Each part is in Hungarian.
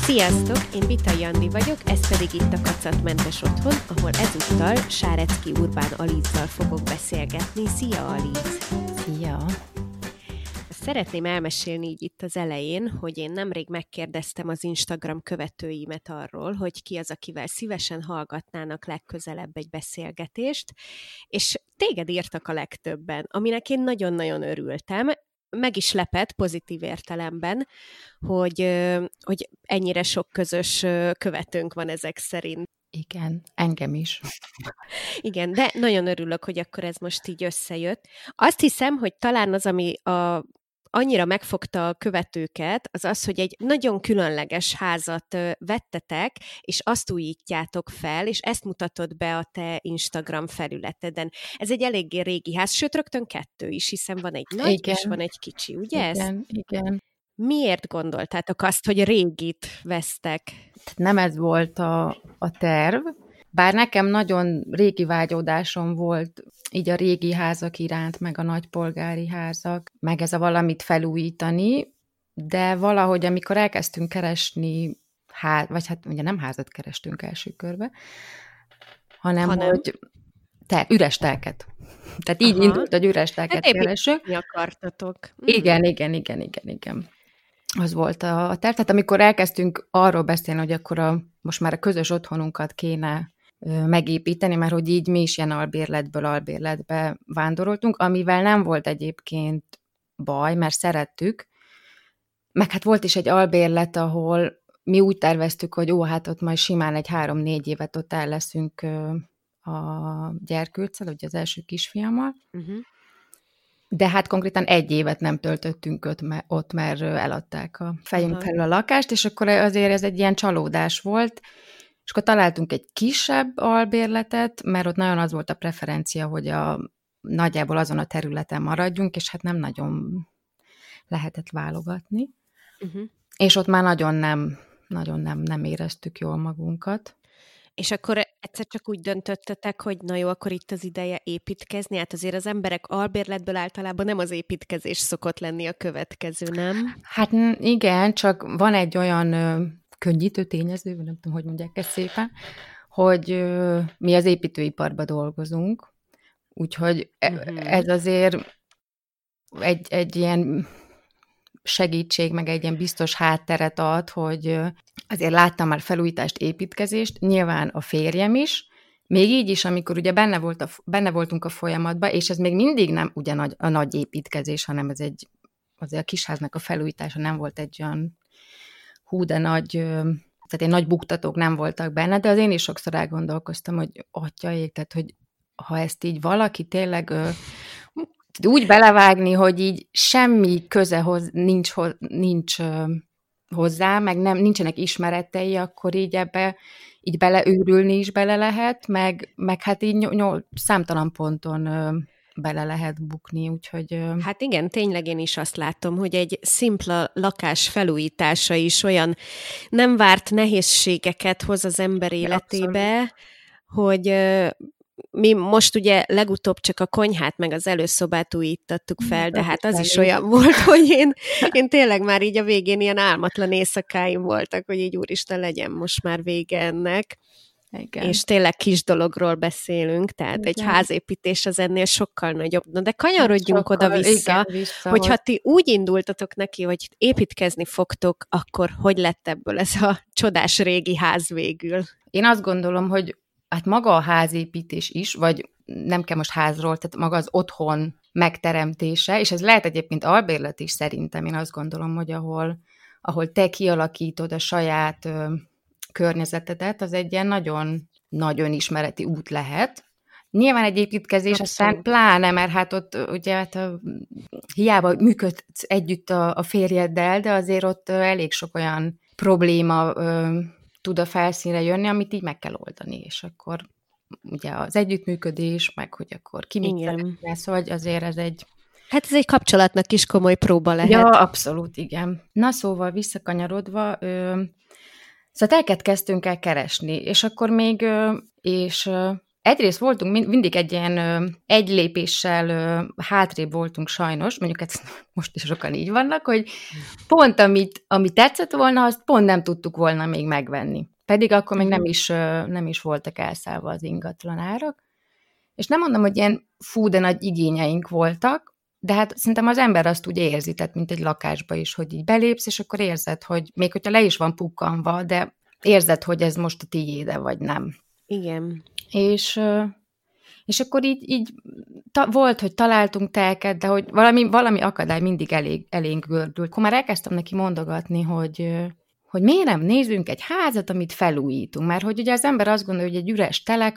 Sziasztok, én Vitai Andi vagyok, ez pedig itt a Kacatmentes Otthon, ahol ezúttal Sárecki Urbán Alizzal fogok beszélgetni. Szia, Aliz! Szia! Szeretném elmesélni így itt az elején, hogy én nemrég megkérdeztem az Instagram követőimet arról, hogy ki az, akivel szívesen hallgatnának legközelebb egy beszélgetést, és téged írtak a legtöbben, aminek én nagyon-nagyon örültem. Meg is lepett pozitív értelemben, hogy ennyire sok közös követőnk van ezek szerint. Igen, engem is. Igen, de nagyon örülök, hogy akkor ez most így összejött. Azt hiszem, hogy talán az, ami annyira megfogta a követőket, az az, hogy egy nagyon különleges házat vettetek, és azt újítjátok fel, és ezt mutatod be a te Instagram felületeden. Ez egy eléggé régi ház, sőt, rögtön kettő is, hiszen van egy nagy, igen, és van egy kicsi, ugye? Igen. Miért gondoltátok azt, hogy régit vesztek? Nem ez volt a terv, bár nekem nagyon régi vágyódásom volt így a régi házak iránt, meg a nagypolgári házak, meg ez a valamit felújítani, de valahogy, amikor elkezdtünk keresni, vagy hát ugye nem házat kerestünk első körbe, hanem hogy üres telket. Tehát így indult, hogy üres telket keresünk. Mi akartatok? Igen. Az volt a terv. Tehát amikor elkezdtünk arról beszélni, hogy akkor most már a közös otthonunkat kéne megépíteni, mert hogy így mi is ilyen albérletbe vándoroltunk, amivel nem volt egyébként baj, mert szerettük, meg hát volt is egy albérlet, ahol mi úgy terveztük, hogy hát ott majd simán egy 3-4 évet ott el leszünk a gyerkőccel, ugye az első kisfiammal, de hát konkrétan 1 évet nem töltöttünk ott, mert eladták a fejünk felül a lakást, és akkor azért ez egy ilyen csalódás volt, és akkor találtunk egy kisebb albérletet, mert ott nagyon az volt a preferencia, hogy nagyjából azon a területen maradjunk, és hát nem nagyon lehetett válogatni. És ott már nagyon nem éreztük jól magunkat. És akkor egyszer csak úgy döntöttetek, hogy na jó, akkor itt az ideje építkezni? Hát azért az emberek albérletből általában nem az építkezés szokott lenni a következő, nem? Hát igen, csak van egy olyan könnyítő tényező, nem tudom, hogy mondják ezt szépen, hogy mi az építőiparban dolgozunk, úgyhogy ez azért egy ilyen segítség, meg egy ilyen biztos hátteret ad, hogy azért láttam már felújítást, építkezést, nyilván a férjem is, még így is, amikor ugye benne voltunk a folyamatban, és ez még mindig nem ugye a nagy építkezés, hanem ez azért a kisháznak a felújítása nem volt egy olyan de nagy, tehát egy nagy buktatók nem voltak benne, de az én is sokszor elgondolkoztam, hogy atyaik, tehát hogy ha ezt így valaki tényleg úgy belevágni, hogy így semmi köze nincs hozzá, meg nincsenek ismeretei, akkor így ebbe így beleőrülni is bele lehet, meg hát így számtalan ponton bele lehet bukni, úgyhogy... Hát igen, tényleg én is azt látom, hogy egy szimpla lakás felújítása is olyan nem várt nehézségeket hoz az ember életébe, abszolút, hogy mi most ugye legutóbb csak a konyhát meg az előszobát újítottuk fel, de hát az is olyan volt, hogy én tényleg már így a végén ilyen álmatlan éjszakáim voltak, hogy így úristen, legyen most már vége ennek. Igen. És tényleg kis dologról beszélünk, tehát igen, egy házépítés az ennél sokkal nagyobb. Na, de kanyarodjunk oda-vissza, hogyha ti úgy indultatok neki, hogy építkezni fogtok, akkor hogy lett ebből ez a csodás régi ház végül? Én azt gondolom, hogy hát maga a házépítés is, vagy nem kell most házról, tehát maga az otthon megteremtése, és ez lehet egyébként albérlet is szerintem, én azt gondolom, hogy ahol te kialakítod a saját környezetedet, az egy ilyen nagyon, nagyon ismereti út lehet. Nyilván egy építkezés, aztán pláne, mert hát ott ugye hát hiába működsz együtt a férjeddel, de azért ott elég sok olyan probléma tud a felszínre jönni, amit így meg kell oldani, és akkor ugye az együttműködés, meg hogy akkor ki mit szeretne, szóval azért ez egy... Hát ez egy kapcsolatnak is komoly próba lehet. Ja, abszolút, igen. Na szóval visszakanyarodva, szóval kezdtünk el keresni, és akkor még, és egyrészt voltunk mindig egy ilyen egy lépéssel hátrébb voltunk sajnos, mondjuk ezt most is sokan így vannak, hogy pont ami tetszett volna, azt pont nem tudtuk volna még megvenni. Pedig akkor még nem is voltak elszállva az ingatlanárak. És nem mondom, hogy ilyen fú, de nagy igényeink voltak, de hát szerintem az ember azt úgy érzi, tehát mint egy lakásba is, hogy így belépsz, és akkor érzed, hogy még hogyha le is van pukkanva, de érzed, hogy ez most a tiéde, vagy nem. Igen. És akkor így volt, hogy találtunk telket, de hogy valami akadály mindig elénk gördült. Akkor már elkezdtem neki mondogatni, hogy miért nem nézzünk egy házat, amit felújítunk. Mert hogy ugye az ember azt gondolja, hogy egy üres telek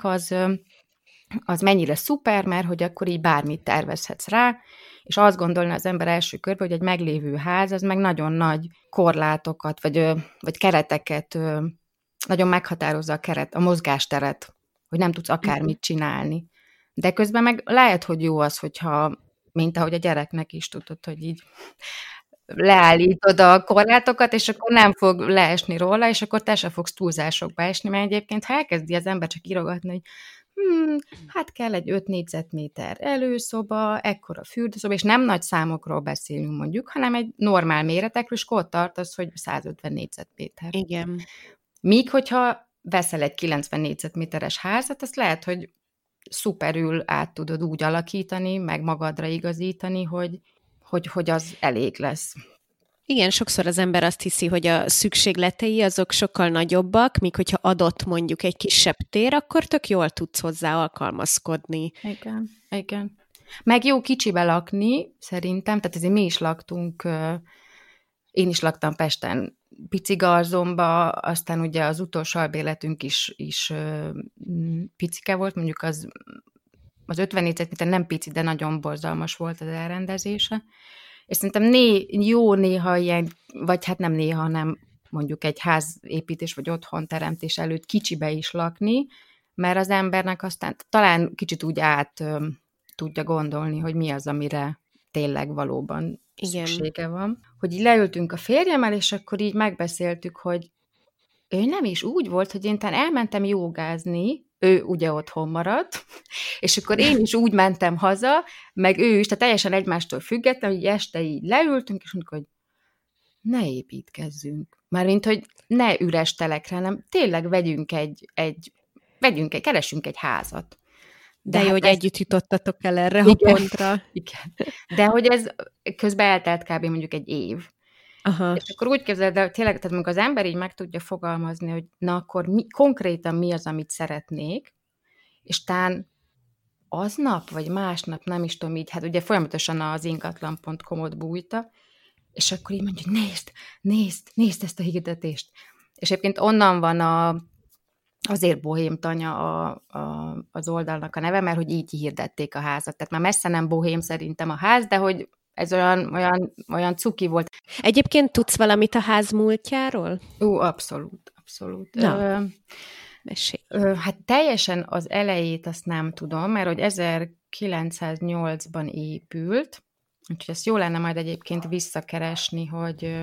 az mennyire szuper, mert hogy akkor így bármit tervezhetsz rá, és azt gondolna az ember első körben, hogy egy meglévő ház, az meg nagyon nagy korlátokat, vagy kereteket, nagyon meghatározza a mozgásteret, hogy nem tudsz akármit csinálni. De közben meg lehet, hogy jó az, hogyha, mint ahogy a gyereknek is tudod, hogy így leállítod a korlátokat, és akkor nem fog leesni róla, és akkor te se fogsz túlzásokba esni, mert egyébként, ha elkezdi az ember csak írogatni, hogy hát kell egy 5 négyzetméter előszoba, ekkora fürdőszoba, és nem nagy számokról beszélünk mondjuk, hanem egy normál méretekről, és ott tartasz, hogy 150 négyzetméter. Igen. Míg, hogyha veszel egy 90 négyzetméteres házat, azt lehet, hogy szuperül át tudod úgy alakítani, meg magadra igazítani, hogy az elég lesz. Igen, sokszor az ember azt hiszi, hogy a szükségletei azok sokkal nagyobbak, míg hogyha adott mondjuk egy kisebb tér, akkor tök jól tudsz hozzá alkalmazkodni. Igen. Meg jó kicsibe lakni, szerintem, tehát ezért mi is laktunk, én is laktam Pesten Picigarzomba, aztán ugye az utolsó albérletünk is picike volt, mondjuk az 50 négyzetméter nem pici, de nagyon borzalmas volt az elrendezése. És szerintem jó néha ilyen, vagy hát nem néha, hanem mondjuk egy házépítés vagy otthonteremtés előtt kicsibe is lakni, mert az embernek aztán talán kicsit úgy át tudja gondolni, hogy mi az, amire tényleg valóban szüksége van. Hogy így leültünk a férjemmel, és akkor így megbeszéltük, hogy ő nem is úgy volt, hogy én elmentem jogázni, ő ugye otthon maradt, és akkor én is úgy mentem haza, meg ő is, tehát teljesen egymástól független, hogy este így leültünk, és mondjuk, hogy ne építkezzünk. Mármint, hogy ne üres telekre, hanem tényleg keressünk egy házat. De jó, hogy együtt jutottatok el erre a pontra. Igen. De hogy ez közben eltelt kb. Mondjuk egy év. Aha. És akkor úgy képzeld, de tényleg, tehát amikor az ember így meg tudja fogalmazni, hogy na akkor konkrétan mi az, amit szeretnék, és tán aznap, vagy másnap, nem is tudom így, hát ugye folyamatosan az ingatlan.com-ot bújta, és akkor így mondja, nézd ezt a hirdetést. És egyébként onnan van azért Bohém Tanya az oldalnak a neve, mert hogy így hirdették a házat. Tehát már messze nem bohém szerintem a ház, de hogy ez olyan cuki volt. Egyébként tudsz valamit a ház múltjáról? Abszolút. Na, hát teljesen az elejét azt nem tudom, mert hogy 1908-ban épült, úgyhogy ezt jó lenne majd egyébként visszakeresni, hogy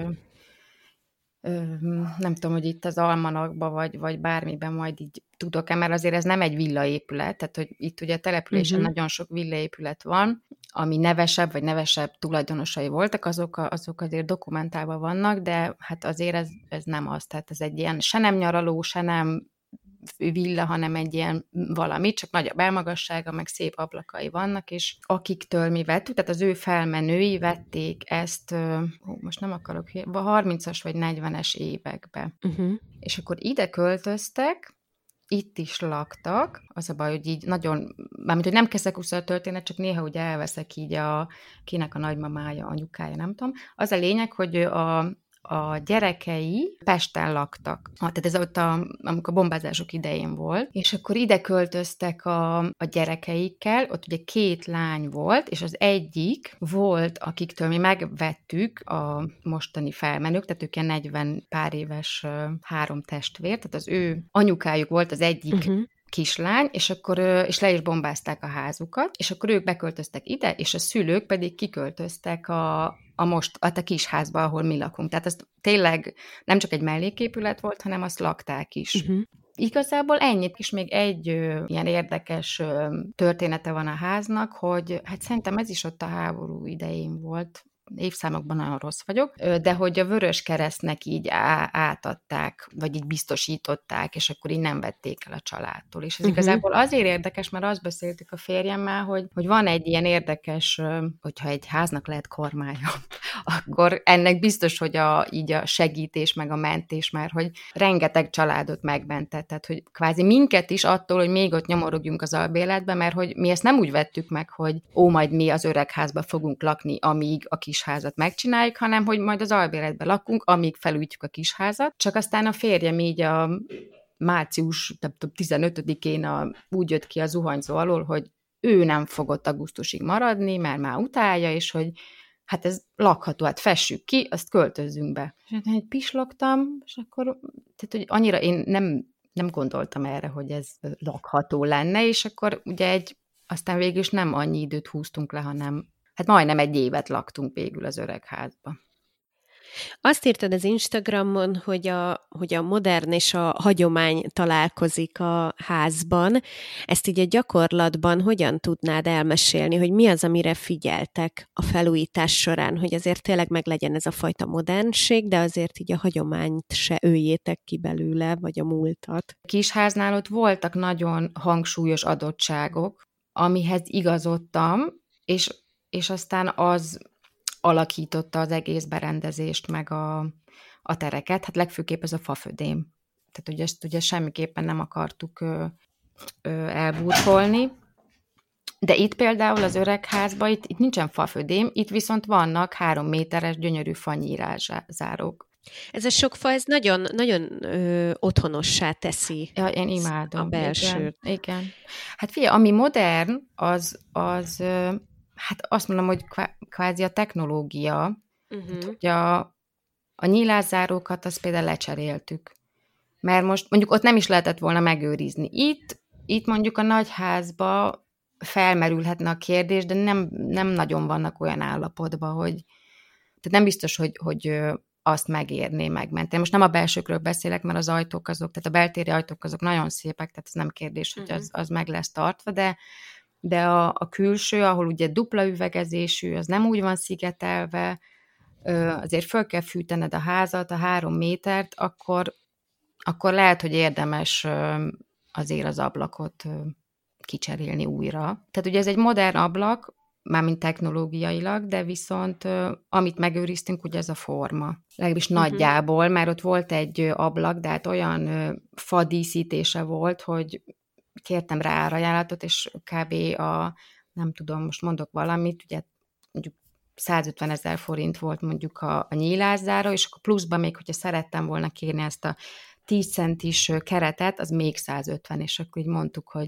nem tudom, hogy itt az almanakba, vagy bármiben majd így tudok-e, mert azért ez nem egy villaépület, tehát hogy itt ugye a településen nagyon sok villaépület van, ami nevesebb, vagy nevesebb tulajdonosai voltak, azok azért dokumentálva vannak, de hát azért ez nem az, tehát ez egy ilyen se nem nyaraló, se nem villa, hanem egy ilyen valami, csak nagy a belmagassága, meg szép ablakai vannak, és akiktől mi vettük, tehát az ő felmenői vették ezt, most nem akarok, 30-as vagy 40-es évekbe. És akkor ide költöztek, itt is laktak, az a baj, hogy így nagyon, mármint, hogy nem keszekusza a történet, csak néha ugye elveszek így kinek a nagymamája, anyukája, nem tudom. Az a lényeg, hogy a gyerekei Pesten laktak. Tehát ez ott, amikor a bombázások idején volt, és akkor ide költöztek a gyerekeikkel, ott ugye 2 lány volt, és az egyik volt, akiktől mi megvettük a mostani felmenők, tehát ők ilyen 40 pár éves 3 testvér, tehát az ő anyukájuk volt az egyik kislány, és akkor és le is bombázták a házukat, és akkor ők beköltöztek ide, és a szülők pedig kiköltöztek a kis házba, ahol mi lakunk. Tehát ez tényleg nem csak egy melléképület volt, hanem azt lakták is. igazából ennyit, és még egy ilyen érdekes története van a háznak, hogy hát szerintem ez is ott a háború idején volt, évszámokban nagyon rossz vagyok, de hogy a Vöröskeresztnek így átadták, vagy így biztosították, és akkor így nem vették el a családtól. És ez igazából azért érdekes, mert azt beszéltük a férjemmel, hogy van egy ilyen érdekes, hogyha egy háznak lehet kormánya, akkor ennek biztos, hogy így a segítés, meg a mentés, mert hogy rengeteg családot megmentett, tehát hogy kvázi minket is attól, hogy még ott nyomorogjunk az albérletbe, mert hogy mi ezt nem úgy vettük meg, hogy majd mi az öregházba fogunk lakni, amíg a kisházat megcsináljuk, hanem hogy majd az albérletben lakunk, amíg felújítjuk a kisházat. Csak aztán a férjem így a március 15-én úgy jött ki a zuhanyzó alól, hogy ő nem fogott augusztusig maradni, mert már utálja, és hogy hát ez lakható, hát fessük ki, azt költözzünk be. És hát egy pislogtam, és akkor, tehát hogy annyira én nem gondoltam erre, hogy ez lakható lenne, és akkor ugye aztán végül is nem annyi időt húztunk le, hanem hát majdnem egy évet laktunk végül az öregházba. Azt írtad az Instagramon, hogy a modern és a hagyomány találkozik a házban. Ezt így a gyakorlatban hogyan tudnád elmesélni, hogy mi az, amire figyeltek a felújítás során, hogy azért tényleg meglegyen ez a fajta modernség, de azért így a hagyományt se öljétek ki belőle, vagy a múltat. Kisháznál ott voltak nagyon hangsúlyos adottságok, amihez igazodtam, és aztán az alakította az egész berendezést, meg a tereket, hát legfőképp ez a fafödém. Tehát hogy ezt ugye semmiképpen nem akartuk elbúrkolni. De itt például az öregházban itt nincsen fafödém, itt viszont vannak 3 méteres gyönyörű fanyírászárók. Ez a sok fa, ez nagyon, nagyon otthonossá teszi. Ja, én imádom. A belsőt. Igen. Hát figyelj, ami modern, az hát azt mondom, hogy kvázi a technológia. Hogy a nyílászárókat azt például lecseréltük. Mert most mondjuk ott nem is lehetett volna megőrizni. Itt mondjuk a nagyházba felmerülhetne a kérdés, de nem nagyon vannak olyan állapotban, hogy tehát nem biztos, hogy azt megérné megmenteni. Most nem a belsőkről beszélek, mert az ajtók azok, tehát a beltéri ajtók azok nagyon szépek, tehát ez nem kérdés, hogy az meg lesz tartva, de a külső, ahol ugye dupla üvegezésű, az nem úgy van szigetelve, azért föl kell fűtened a házat, a 3 métert, akkor lehet, hogy érdemes azért az ablakot kicserélni újra. Tehát ugye ez egy modern ablak, mármint technológiailag, de viszont amit megőriztünk, ugye ez a forma. Legalábbis nagyjából, mert ott volt egy ablak, de hát olyan fadíszítése volt, hogy kértem rá árajánlatot, és kb. Nem tudom, most mondok valamit, ugye mondjuk 150 000 forint volt mondjuk a nyílászára, és akkor pluszban még, hogyha szerettem volna kérni ezt a 10 centis keretet, az még 150, és akkor így mondtuk, hogy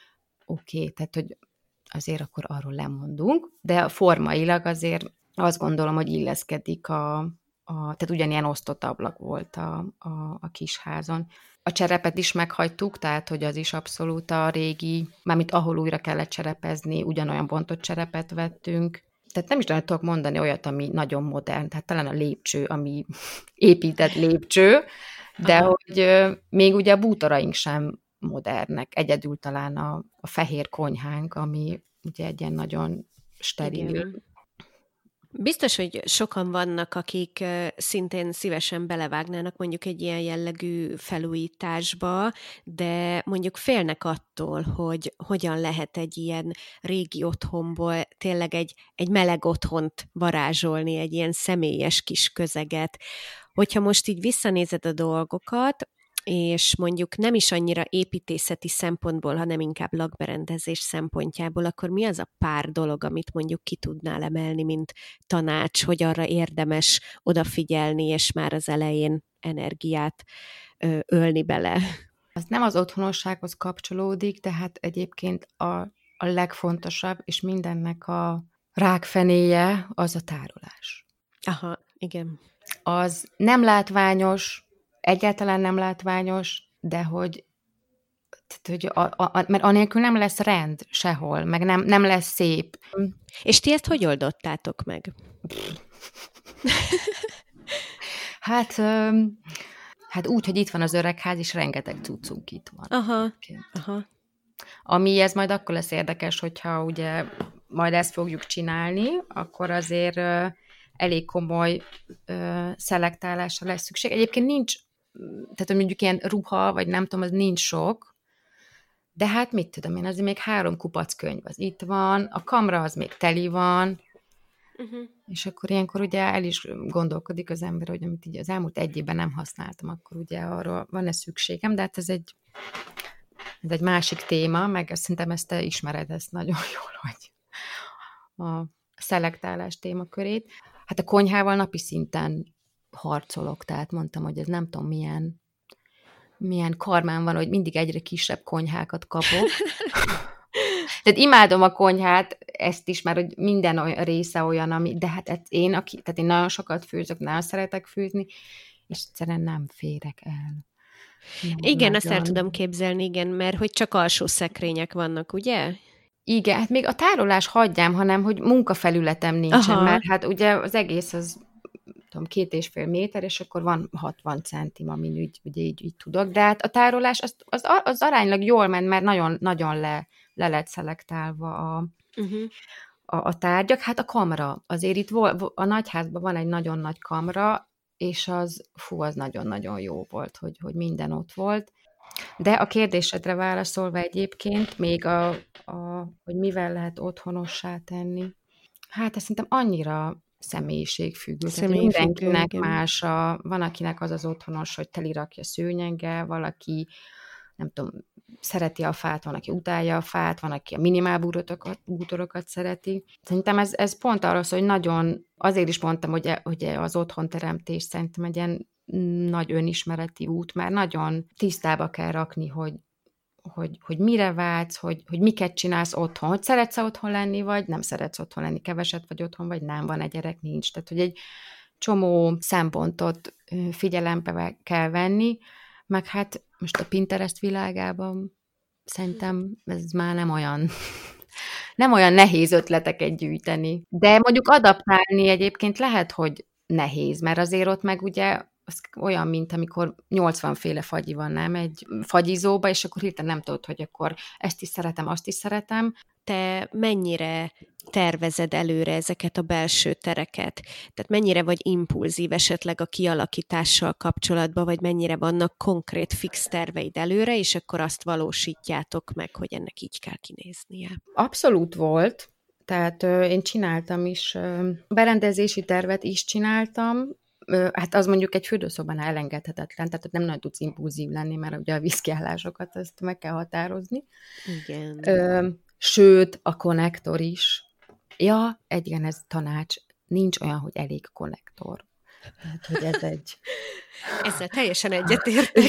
oké, tehát hogy azért akkor arról lemondunk, de formailag azért azt gondolom, hogy illeszkedik tehát ugyanilyen osztott ablak volt a kisházon. A cserepet is meghagytuk, tehát hogy az is abszolút a régi, mármint ahol újra kellett cserepezni, ugyanolyan bontott cserepet vettünk. Tehát nem is tudok mondani olyat, ami nagyon modern, tehát talán a lépcső, ami épített lépcső, de hogy még ugye a bútoraink sem modernek, egyedül talán a fehér konyhánk, ami ugye egy ilyen nagyon steril. Igen. Biztos, hogy sokan vannak, akik szintén szívesen belevágnának mondjuk egy ilyen jellegű felújításba, de mondjuk félnek attól, hogy hogyan lehet egy ilyen régi otthonból tényleg egy meleg otthont varázsolni, egy ilyen személyes kis közeget. Hogyha most így visszanézed a dolgokat, és mondjuk nem is annyira építészeti szempontból, hanem inkább lakberendezés szempontjából, akkor mi az a pár dolog, amit mondjuk ki tudnál emelni, mint tanács, hogy arra érdemes odafigyelni, és már az elején energiát ölni bele? Az nem az otthonossághoz kapcsolódik, de hát egyébként a legfontosabb, és mindennek a rákfenéje az a tárolás. Aha, igen. Az nem látványos, egyáltalán nem látványos, de hogy mert anélkül nem lesz rend sehol, meg nem lesz szép. És ti ezt hogy oldottátok meg? Hát Hát úgy, hogy itt van az öregház, és rengeteg cuccunk itt van. Aha. Ami ez majd akkor lesz érdekes, hogyha ugye majd ezt fogjuk csinálni, akkor azért elég komoly szelektálásra lesz szükség. Egyébként nincs, tehát mondjuk ilyen ruha, vagy nem tudom, az nincs sok, de hát mit tudom én, azért még 3 kupac könyv az itt van, a kamra az még teli van, és akkor ilyenkor ugye el is gondolkodik az ember, hogy amit így az elmúlt 1 évben nem használtam, akkor ugye arra van-e szükségem, de hát ez egy másik téma, meg szerintem ezt te ismered ezt nagyon jól, hogy a szelektálás témakörét. Hát a konyhával napi szinten harcolok, tehát mondtam, hogy ez nem tudom milyen karmán van, hogy mindig egyre kisebb konyhákat kapok. Tehát imádom a konyhát, ezt is, mert hogy minden olyan része olyan, ami, de hát tehát én nagyon sokat főzök, nagyon szeretek főzni, és egyszerűen nem férek el. Igen, ezt el tudom képzelni, igen, mert hogy csak alsó szekrények vannak, ugye? Igen, hát még a tárolás hagyjám, hanem hogy munkafelületem nincsen, mert hát ugye az egész az tudom, 2,5 méter, és akkor van 60 centim, amin ugye így tudok, de hát a tárolás az aránylag jól ment, mert nagyon le lett szelektálva a tárgyak. Hát a kamra, azért itt a nagyházban van egy nagyon nagy kamra, és az nagyon-nagyon jó volt, hogy minden ott volt. De a kérdésedre válaszolva egyébként, még hogy mivel lehet otthonossá tenni, hát ez szerintem annyira személyiségfüggő. Mindenkinek más, van akinek az otthonos, hogy telirakja szőnyeggel, valaki nem tudom, szereti a fát, van, aki utálja a fát, van, aki a minimál bútorokat szereti. Szerintem ez pont arra szól, hogy nagyon, azért is mondtam, hogy az otthonteremtés szerintem egy ilyen nagy önismereti út, mert nagyon tisztába kell rakni, hogy mire vágysz, hogy miket csinálsz otthon, hogy szeretsz otthon lenni, vagy nem szeretsz otthon lenni, keveset vagy otthon, vagy nem, van egy gyerek, nincs. Tehát, hogy egy csomó szempontot figyelembe kell venni, meg hát most a Pinterest világában szerintem ez már nem olyan nehéz ötleteket gyűjteni. De mondjuk adaptálni egyébként lehet, hogy nehéz, mert azért ott meg ugye az olyan, mint amikor 80 féle fagyi van, nem? Egy fagyizóba, és akkor hirtelen nem tudod, hogy akkor ezt is szeretem, azt is szeretem. Te mennyire tervezed előre ezeket a belső tereket? Tehát mennyire vagy impulzív esetleg a kialakítással kapcsolatban, vagy mennyire vannak konkrét fix terveid előre, és akkor azt valósítjátok meg, hogy ennek így kell kinéznie? Abszolút volt. Tehát én csináltam is, berendezési tervet is csináltam. Hát az mondjuk egy fürdőszobánál elengedhetetlen, tehát nem nagyon tudsz impulzív lenni, mert ugye a vízkiállásokat ezt meg kell határozni. Igen. Sőt, a konnektor is. Ja, igen, ez tanács. Nincs olyan, hogy elég konnektor. Tehát, hogy ez egy... Ezzel teljesen egyetértek.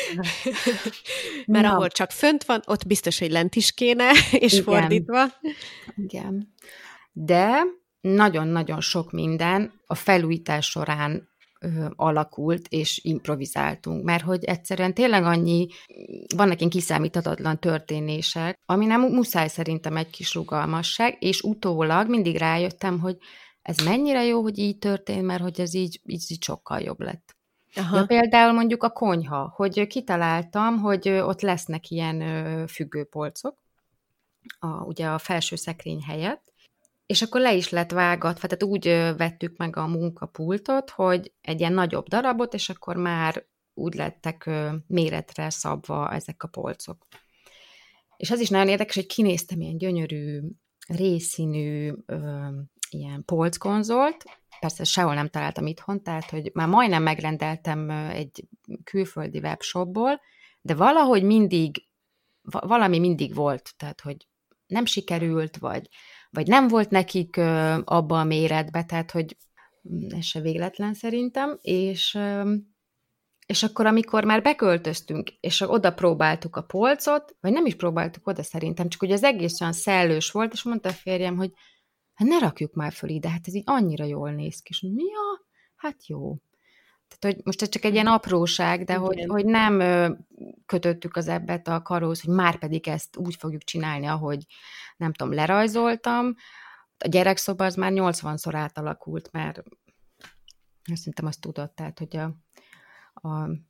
Mert ahol csak fönt van, ott biztos, hogy lent is kéne, és igen. Fordítva. Igen. De nagyon-nagyon sok minden a felújítás során alakult, és improvizáltunk, mert hogy egyszerűen tényleg vannak ilyen kiszámíthatatlan történések, ami nem muszáj szerintem egy kis rugalmasság, és utólag mindig rájöttem, hogy ez mennyire jó, hogy így történt, mert hogy ez így sokkal jobb lett. Ja, például mondjuk a konyha, hogy kitaláltam, hogy ott lesznek ilyen függőpolcok, ugye a felső szekrény helyett, és akkor le is lett vágatva, tehát úgy vettük meg a munkapultot, hogy egy ilyen nagyobb darabot, és akkor már úgy lettek méretre szabva ezek a polcok. És az is nagyon érdekes, hogy kinéztem ilyen gyönyörű, részszínű ilyen polckonzolt, persze sehol nem találtam itthon, tehát hogy már majdnem megrendeltem egy külföldi webshopból, de valahogy valami mindig volt, tehát hogy nem sikerült, vagy nem volt nekik abba a méretbe, tehát hogy ez se végletlen szerintem, és akkor, amikor már beköltöztünk, és oda próbáltuk a polcot, vagy nem is próbáltuk oda szerintem, csak hogy az egész olyan szellős volt, és mondta a férjem, hogy hát ne rakjuk már föl ide, hát ez így annyira jól néz ki, és ja, hát jó. Tehát, hogy most ez csak egy ilyen apróság, de hogy nem kötöttük az ebbet a karóhoz, hogy már pedig ezt úgy fogjuk csinálni, ahogy nem tudom, lerajzoltam. A gyerekszoba az már 80-szor átalakult, mert szerintem azt tudod, tehát, hogy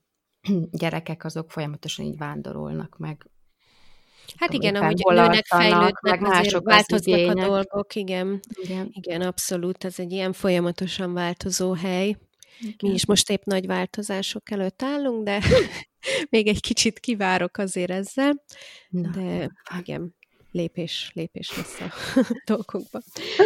gyerekek azok folyamatosan így vándorolnak meg. Hát igen, ahogy nőnek, fejlődnek, meg azért változnak a dolgok, igen, abszolút, ez egy ilyen folyamatosan változó hely. Igen. Mi is most épp nagy változások előtt állunk, de még egy kicsit kivárok azért ezzel, de igen, lépés lesz a dolgokban.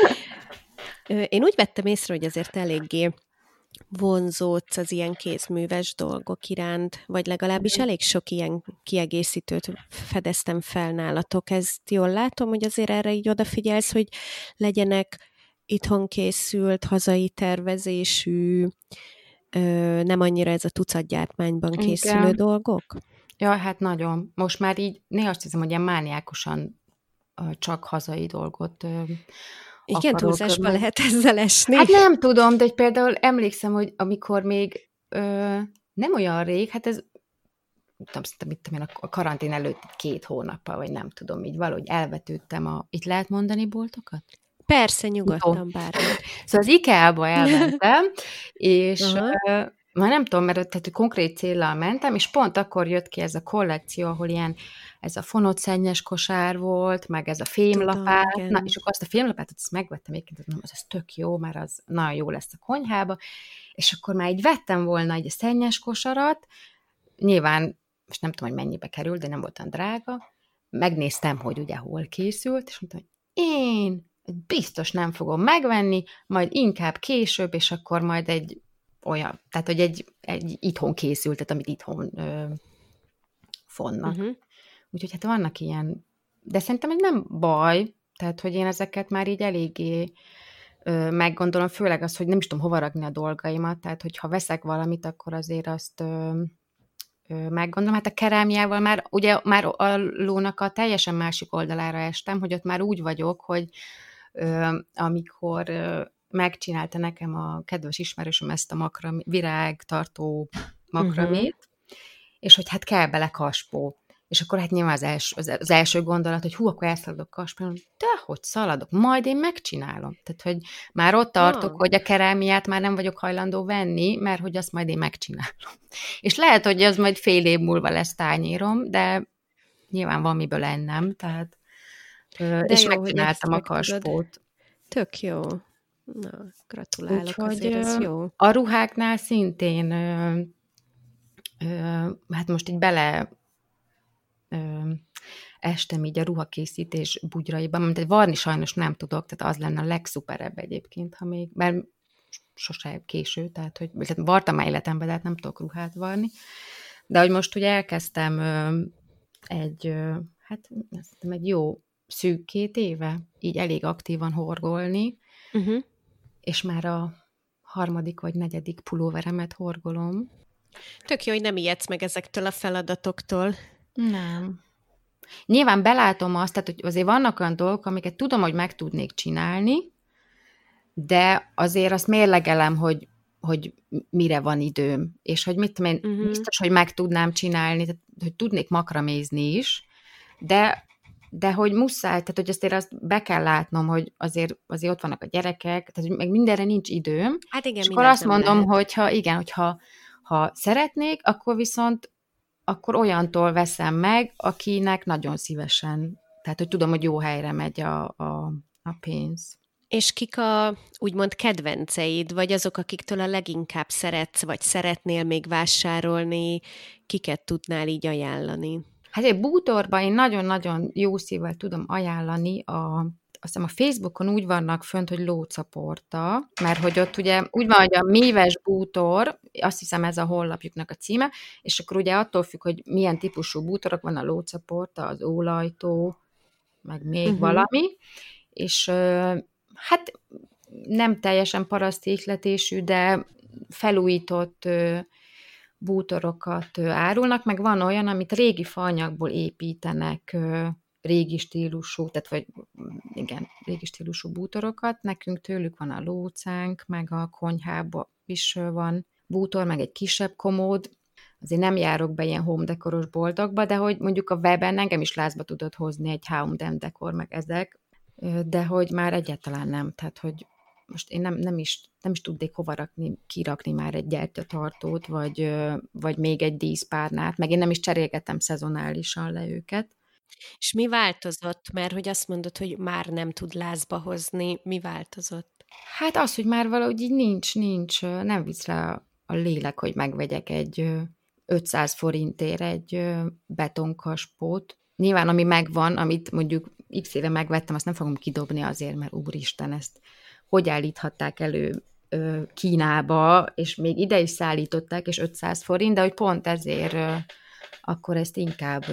Én úgy vettem észre, hogy azért eléggé vonzódsz az ilyen kézműves dolgok iránt, vagy legalábbis elég sok ilyen kiegészítőt fedeztem fel nálatok. Ezt jól látom, hogy azért erre így odafigyelsz, hogy legyenek itthon készült, hazai tervezésű, nem annyira ez a tucatgyártmányban készülő dolgok? Ja, hát nagyon. Most már így néha azt hiszem, hogy ilyen mániákusan csak hazai dolgot igen, túlzásba lehet ezzel esni. Hát nem tudom, de például emlékszem, hogy amikor még nem olyan rég, hát ez mit tudom én, a karantén előtt 2 hónappal, vagy nem tudom, így valahogy elvetődtem itt lehet mondani boltokat? Persze, nyugodtan bármit. Szóval az IKEA-ba elmentem, és már nem tudom, mert tehát konkrét céllal mentem, és pont akkor jött ki ez a kollekció, ahol ilyen ez a fonott szennyes kosár volt, meg ez a fémlapát, és akkor azt a fémlapátot azt megvettem, az tök jó, mert az nagyon jó lesz a konyhába, és akkor már így vettem volna egy a szennyes kosarat, nyilván, most nem tudom, hogy mennyibe került, de nem volt olyan drága, megnéztem, hogy ugye hol készült, és mondtam, hogy én biztos nem fogom megvenni, majd inkább később, és akkor majd egy olyan, tehát, hogy egy itthon készült, tehát amit itthon fonnak. Úgyhogy hát vannak ilyen, de szerintem ez nem baj, tehát, hogy én ezeket már így eléggé meggondolom, főleg az, hogy nem is tudom hova rakni a dolgaimat, tehát, hogyha veszek valamit, akkor azért azt meggondolom. Hát a kerámiával már a lónak a teljesen másik oldalára estem, hogy ott már úgy vagyok, hogy amikor megcsinálta nekem a kedves ismerősöm ezt a virágtartó makramét, és hogy hát kell bele kaspó. És akkor hát nyilván az első gondolat, hogy akkor elszaladok kaspón, de hogy szaladok, majd én megcsinálom. Tehát, hogy már ott tartok, hogy a kerámiát már nem vagyok hajlandó venni, mert hogy azt majd én megcsinálom. És lehet, hogy az majd fél év múlva lesz tányérom, de nyilván van miből ennem, tehát és jó, megcsináltam a kaspót. Tök jó. Na, gratulálok, úgyhogy azért ez jó. A ruháknál szintén hát most így bele estem így a ruhakészítés bugyraiban, mert varni sajnos nem tudok, tehát az lenne a legszuperebb egyébként, ha még, mert sose késő, tehát hogy vartam már életemben, de hát nem tudok ruhát varni, de hogy most ugye elkezdtem egy jó szűk 2 éve így elég aktívan horgolni, és már a 3. vagy 4. pulóveremet horgolom. Tök jó, hogy nem ijedsz meg ezektől a feladatoktól. Nem. Nyilván belátom azt, tehát, hogy azért vannak olyan dolgok, amiket tudom, hogy meg tudnék csinálni, de azért azt mérlegelem, hogy mire van időm, és hogy mit tudom én, biztos, hogy meg tudnám csinálni, tehát, hogy tudnék makramézni is, de hogy muszáj, tehát hogy azt be kell látnom, hogy azért ott vannak a gyerekek, tehát hogy meg mindenre nincs időm, hát igen, és akkor azt mondom, hogyha szeretnék, akkor viszont akkor olyantól veszem meg, akinek nagyon szívesen, tehát hogy tudom, hogy jó helyre megy a pénz. És kik a úgymond kedvenceid, vagy azok, akiktől a leginkább szeretsz, vagy szeretnél még vásárolni, kiket tudnál így ajánlani? Hát egy bútorban én nagyon-nagyon jó szívvel tudom ajánlani azt hiszem a Facebookon úgy vannak fönt, hogy lócaporta, mert hogy ott ugye úgy van, hogy a méves bútor, azt hiszem ez a honlapjuknak a címe, és akkor ugye attól függ, hogy milyen típusú bútorok van, a lócaporta, az ólajtó, meg még valami, és hát nem teljesen paraszti ihletésű, de felújított bútorokat árulnak, meg van olyan, amit régi faanyagból építenek, régi stílusú, tehát vagy igen, régi stílusú bútorokat. Nekünk tőlük van a lócánk, meg a konyhában is van bútor, meg egy kisebb komód. Azért nem járok be ilyen home dekoros boltokba, de hogy mondjuk a weben engem is lázba tudod hozni egy H&M dekor, meg ezek, de hogy már egyáltalán nem, tehát hogy most én nem is tudnék hova kirakni már egy gyertyatartót, vagy még egy díszpárnát, meg én nem is cserélgetem szezonálisan le őket. És mi változott? Mert hogy azt mondod, hogy már nem tud lázba hozni. Mi változott? Hát az, hogy már valahogy így nem visz rá a lélek, hogy megvegyek egy 500 forintért egy betonkaspót. Nyilván, ami megvan, amit mondjuk x éve megvettem, azt nem fogom kidobni azért, mert úristen, ezt hogy állíthatták elő Kínába, és még ide is szállították, és 500 forint, de hogy pont ezért akkor ezt inkább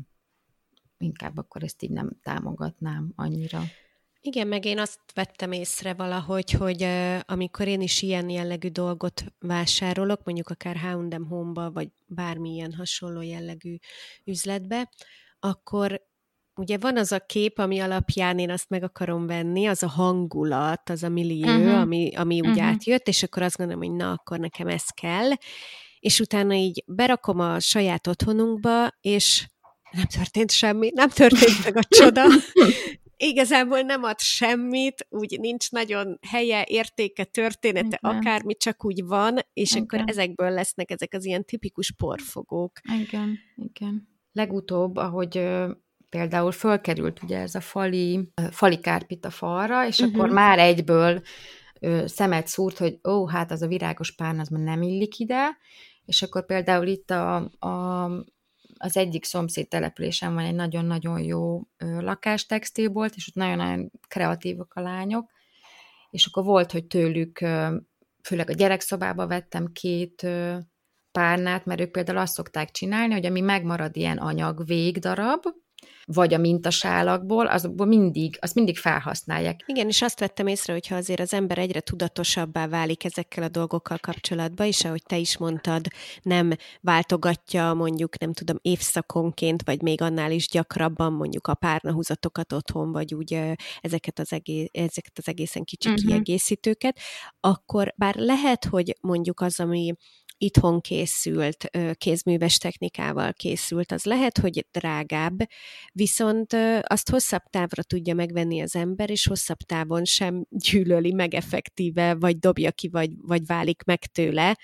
akkor ezt így nem támogatnám annyira. Igen, meg én azt vettem észre valahogy, hogy amikor én is ilyen jellegű dolgot vásárolok, mondjuk akár H&M Home-ba, vagy bármilyen hasonló jellegű üzletbe, akkor ugye van az a kép, ami alapján én azt meg akarom venni, az a hangulat, az a millió, ami úgy átjött, és akkor azt gondolom, hogy na, akkor nekem ez kell, és utána így berakom a saját otthonunkba, és nem történt semmi, nem történt meg a csoda. Igazából nem ad semmit, úgy nincs nagyon helye, értéke, története, akármi, csak úgy van, és akkor ezekből lesznek ezek az ilyen tipikus porfogók. Igen. Legutóbb, ahogy például fölkerült ugye ez a fali kárpit a falra, és akkor már egyből szemet szúrt, hogy hát az a virágos párna, az már nem illik ide, és akkor például itt az egyik szomszéd településen van egy nagyon-nagyon jó lakástextilbolt, és ott nagyon-nagyon kreatívak a lányok, és akkor volt, hogy tőlük, főleg a gyerekszobába vettem 2 párnát, mert ők például azt szokták csinálni, hogy ami megmarad ilyen anyag végdarab, vagy a mintasálakból, azt mindig felhasználják. Igen, és azt vettem észre, hogyha azért az ember egyre tudatosabbá válik ezekkel a dolgokkal kapcsolatban, és ahogy te is mondtad, nem váltogatja mondjuk, nem tudom, évszakonként, vagy még annál is gyakrabban mondjuk a párnahúzatokat otthon, vagy úgy ezeket az egészen kicsi kiegészítőket, akkor bár lehet, hogy mondjuk az, ami itthon készült, kézműves technikával készült, az lehet, hogy drágább, viszont azt hosszabb távra tudja megvenni az ember, és hosszabb távon sem gyűlöli meg effektíve, vagy dobja ki, vagy válik meg tőle,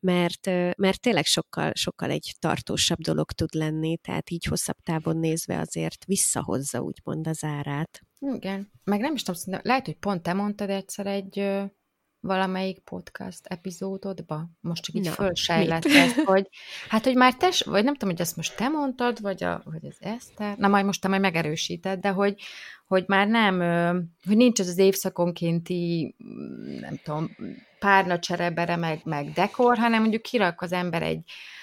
mert tényleg sokkal, sokkal egy tartósabb dolog tud lenni, tehát így hosszabb távon nézve azért visszahozza úgymond az árát. Igen, meg nem is tudom, lehet, hogy pont te mondtad egyszer egy valamelyik podcast epizódodba? Most csak így fölsejlett ezt, hogy hogy már vagy nem tudom, hogy ezt most te mondtad, vagy az Eszter, na most te majd megerősíted, de hogy már nem, hogy nincs az évszakonkénti, nem tudom, párnacserebere, meg dekor, hanem mondjuk kirak az ember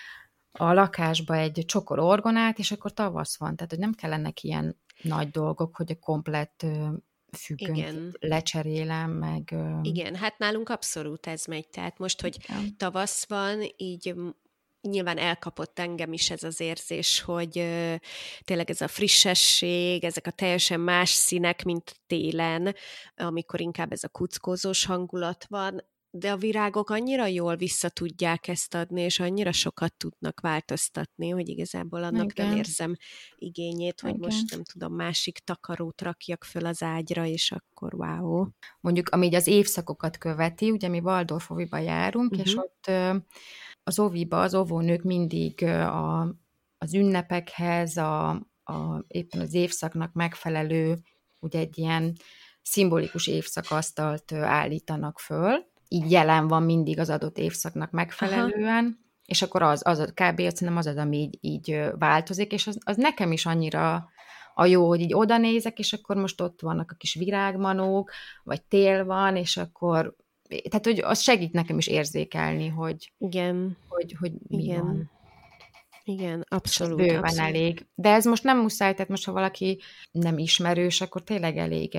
a lakásba egy csokor orgonát, és akkor tavasz van, tehát hogy nem kellenek ilyen nagy dolgok, hogy a komplett függönyt lecserélem, meg... Igen, hát nálunk abszolút ez megy, tehát most, hogy tavasz van, így nyilván elkapott engem is ez az érzés, hogy tényleg ez a frissesség, ezek a teljesen más színek, mint télen, amikor inkább ez a kuckózós hangulat van, de a virágok annyira jól vissza tudják ezt adni, és annyira sokat tudnak változtatni, hogy igazából annak nem érzem igényét, hogy most nem tudom, másik takarót rakjak föl az ágyra, és akkor wow. Mondjuk, ami az évszakokat követi, ugye mi Waldorf óviba járunk, és ott az óviba az óvónők mindig az ünnepekhez, éppen az évszaknak megfelelő, ugye egy ilyen szimbolikus évszakasztalt állítanak föl, így jelen van mindig az adott évszaknak megfelelően, és akkor kb. Szerintem az, ami így változik, és az nekem is annyira a jó, hogy így oda nézek, és akkor most ott vannak a kis virágmanók, vagy tél van, és akkor, tehát hogy az segít nekem is érzékelni, hogy mi van. Igen, abszolút. Bőven abszolút. elég. De ez most nem muszáj, tehát most ha valaki nem ismerős, akkor tényleg elég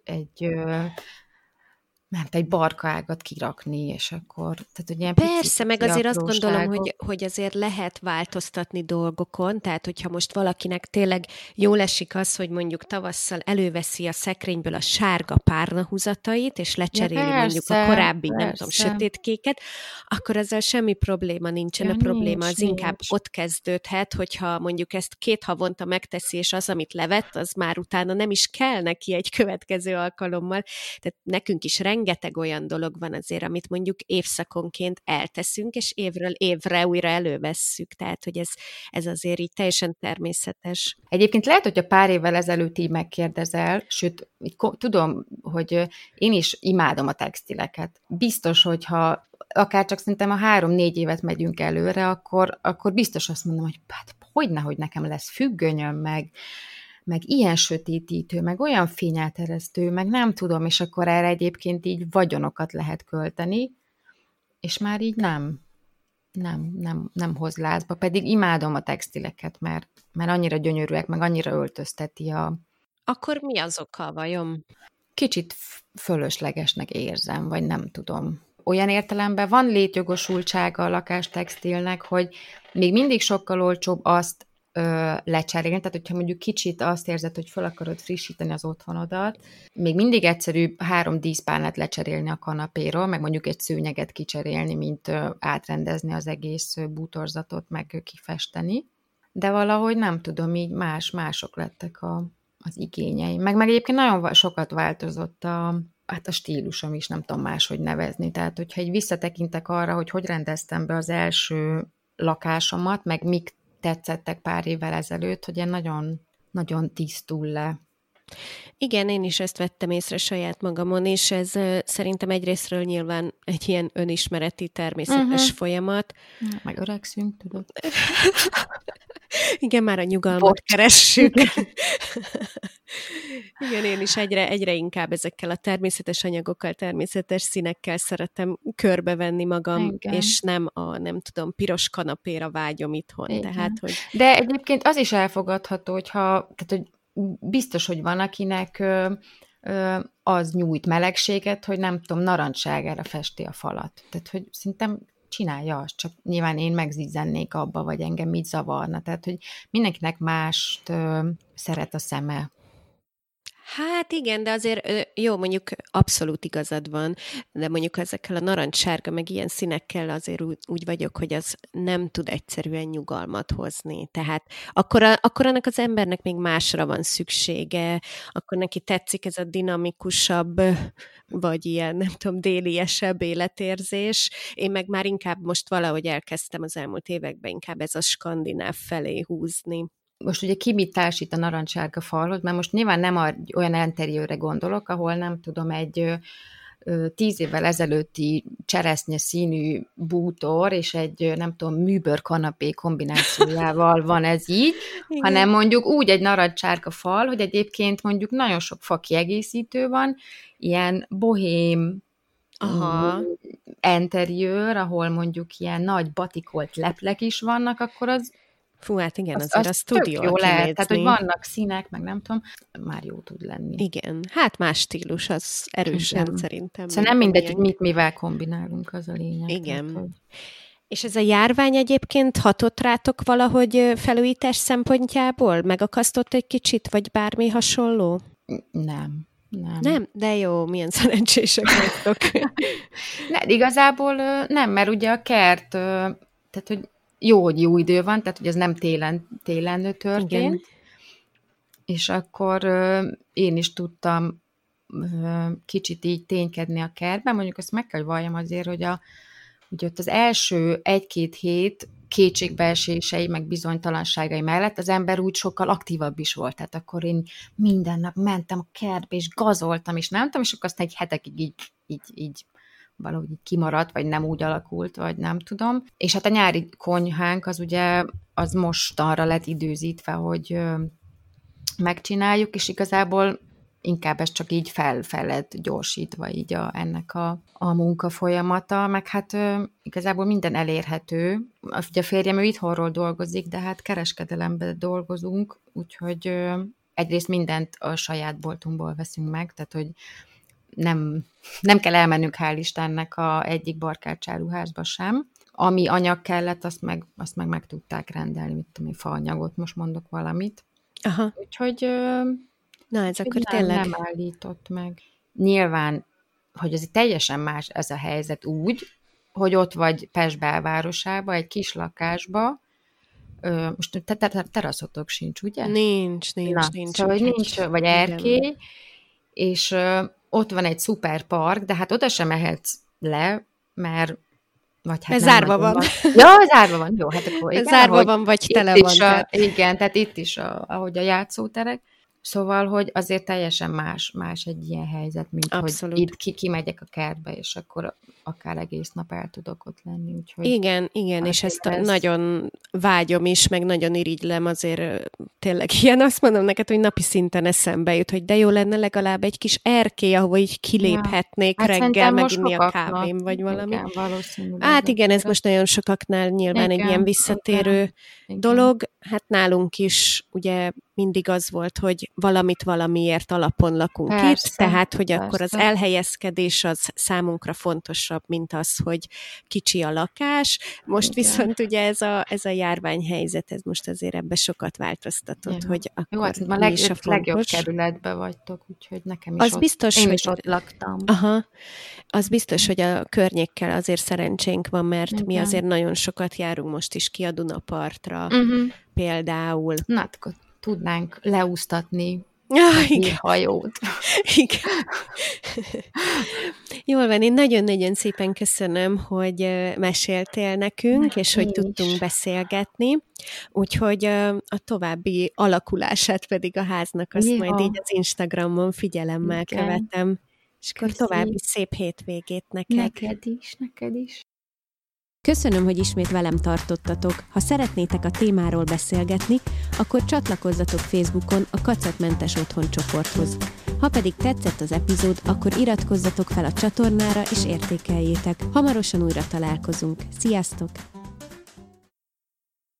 egy barkaágat kirakni, és akkor... Tehát, hogy ilyen persze, meg azért azt gondolom, hogy azért lehet változtatni dolgokon, tehát hogyha most valakinek tényleg jól esik az, hogy mondjuk tavasszal előveszi a szekrényből a sárga párnahúzatait, és lecseréli mondjuk a korábbi, nem tudom, sötétkéket, akkor ezzel semmi probléma nincsen. A probléma az inkább ott kezdődhet, hogyha mondjuk ezt 2 havonta megteszi, és az, amit levett, az már utána nem is kell neki egy következő alkalommal. Tehát nekünk is rengeteg rengeteg olyan dolog van azért, amit mondjuk évszakonként elteszünk, és évről évre újra elővesszük, tehát hogy ez azért így teljesen természetes. Egyébként lehet, hogy a pár évvel ezelőtt így megkérdezel, sőt, tudom, hogy én is imádom a textileket. Biztos, hogyha akár csak szerintem a 3-4 évet megyünk előre, akkor biztos azt mondom, hogy hát hogynehogy nekem lesz függönyöm, meg ilyen sötétítő, meg olyan fényelteresztő, meg nem tudom, és akkor erre egyébként így vagyonokat lehet költeni, és már így nem hoz lázba, pedig imádom a textileket, mert annyira gyönyörűek, meg annyira öltözteti a... Akkor mi az oka, vajon? Kicsit fölöslegesnek érzem, vagy nem tudom. Olyan értelemben van létjogosultsága a lakástextilnek, hogy még mindig sokkal olcsóbb azt lecserélni, tehát hogyha mondjuk kicsit azt érzed, hogy fel akarod frissíteni az otthonodat, még mindig egyszerűbb 3 díszpálnát lecserélni a kanapéról, meg mondjuk egy szőnyeget kicserélni, mint átrendezni az egész bútorzatot, meg kifesteni. De valahogy nem tudom, így mások lettek az igényeim. Meg egyébként nagyon sokat változott a stílusom is, nem tudom máshogy nevezni. Tehát, hogyha így visszatekintek arra, hogy rendeztem be az első lakásomat, meg mik tetszettek pár évvel ezelőtt, hogy ilyen nagyon, nagyon tisztul le. Igen, én is ezt vettem észre saját magamon, és ez szerintem egyrésztről nyilván egy ilyen önismereti természetes folyamat. Meg öregszünk, tudod. Igen, már a nyugalmat keressük. Igen, én is egyre inkább ezekkel a természetes anyagokkal, természetes színekkel szeretem körbevenni magam, igen. És nem nem tudom, piros kanapéra vágyom itthon. Tehát, hogy... De egyébként az is elfogadható, tehát, hogy biztos, hogy van, akinek az nyújt melegséget, hogy nem tudom, narancssárgára festi a falat. Tehát, hogy szerintem csinálja azt, csak nyilván én megzizzennék abba, vagy engem így zavarna. Tehát, hogy mindenkinek mást szeret a szeme. Hát igen, de azért jó, mondjuk abszolút igazad van, de mondjuk ezekkel a narancssárga, meg ilyen színekkel azért úgy vagyok, hogy az nem tud egyszerűen nyugalmat hozni. Tehát akkor annak az embernek még másra van szüksége, akkor neki tetszik ez a dinamikusabb, vagy ilyen, nem tudom, déliesebb életérzés. Én meg már inkább most valahogy elkezdtem az elmúlt években inkább ez a skandináv felé húzni. Most ugye ki mit társít a narancssárga falhoz, mert most nyilván nem olyan interiőre gondolok, ahol nem tudom, egy 10 évvel ezelőtti cseresznye színű bútor, és egy nem tudom, műbőr kanapé kombinációjával van ez így, igen. Hanem mondjuk úgy egy narancssárga fal, hogy egyébként mondjuk nagyon sok fa kiegészítő van, ilyen bohém, interiőr, ahol mondjuk ilyen nagy batikolt leplek is vannak, akkor az fú, hát igen, azért az tud jól kinézni. Tehát, hogy vannak színek, meg nem tudom, már jó tud lenni. Igen, hát más stílus, az erősen igen. Szerintem. Szóval nem mindegy, hogy mivel kombinálunk, az a lényeg. Igen. Tehát, hogy... És ez a járvány egyébként hatott rátok valahogy felújítás szempontjából? Megakasztott egy kicsit, vagy bármi hasonló? Nem, de jó, milyen szerencsések vagytok. Igazából nem, mert ugye a kert, tehát, hogy jó idő van, tehát hogy ez nem télen történt, igen. És akkor én is tudtam kicsit így ténykedni a kertben, mondjuk azt meg kell valljam azért, hogy ott az első 1-2 hét kétségbeesései, meg bizonytalanságai mellett az ember úgy sokkal aktívabb is volt, tehát akkor én minden nap mentem a kertbe, és gazoltam, és nem tudom, és akkor aztán egy hetekig így valahogy kimaradt, vagy nem úgy alakult, vagy nem tudom. És hát a nyári konyhánk az ugye, az mostanra lett időzítve, hogy megcsináljuk, és igazából inkább ez csak így fel lett gyorsítva így ennek a munka folyamata, meg hát igazából minden elérhető. Ugye a férjem, ő itthonról dolgozik, de hát kereskedelemben dolgozunk, úgyhogy egyrészt mindent a saját boltunkból veszünk meg, tehát hogy nem kell elmennünk, hál' Istennek, egyik barkácsáruházba sem. Ami anyag kellett, azt meg tudták rendelni, mit tudom én, faanyagot, most mondok valamit. Aha. Úgyhogy na, ez akkor tényleg nem állított meg. Nyilván, hogy ez teljesen más ez a helyzet úgy, hogy ott vagy Pest belvárosába, egy kis lakásba, most teraszotok sincs, ugye? Nincs. Szóval, nincs, vagy erkély, és ott van egy szuper park, de hát oda sem mehetsz le, mert vagy hát zárva van. Ja, zárva van. Jó, hát akkor igen. Zárva van, vagy tele van. Igen, tehát itt is, ahogy a játszóterek. Szóval, hogy azért teljesen más egy ilyen helyzet, mint abszolút. Hogy itt kimegyek a kertbe, és akkor akár egész nap el tudok ott lenni. Úgyhogy igen, és ezt nagyon vágyom is, meg nagyon irigylem azért tényleg ilyen. Azt mondom neked, hogy napi szinten eszembe jut, hogy de jó lenne legalább egy kis erkély, ahova így kiléphetnék reggel, meginni a kávém, vagy valami. Igen, hát igen, ez most nagyon sokaknál nyilván egy ilyen visszatérő dolog. Hát nálunk is ugye mindig az volt, hogy valamit valamiért alapon lakunk itt, tehát, hogy akkor az elhelyezkedés az számunkra fontosabb, mint az, hogy kicsi a lakás. Most viszont ugye ez a járványhelyzet, ez most azért ebbe sokat változtatott, hogy akkor hát mi is a legjobb kerületben vagytok, úgyhogy nekem is az biztos, én is ott laktam. Aha, az biztos, hogy a környékkel azért szerencsénk van, mert mi azért nagyon sokat járunk most is ki a Dunapartra, például. Na, akkor tudnánk leúsztatni a hajót. Igen. Jól van, én nagyon-nagyon szépen köszönöm, hogy meséltél nekünk, és hogy tudtunk beszélgetni. Úgyhogy a további alakulását pedig a háznak azt majd így az Instagramon figyelemmel követem. És akkor további szép hétvégét neked. Neked is. Köszönöm, hogy ismét velem tartottatok. Ha szeretnétek a témáról beszélgetni, akkor csatlakozzatok Facebookon a Kacatmentes Otthon csoporthoz. Ha pedig tetszett az epizód, akkor iratkozzatok fel a csatornára és értékeljétek. Hamarosan újra találkozunk. Sziasztok!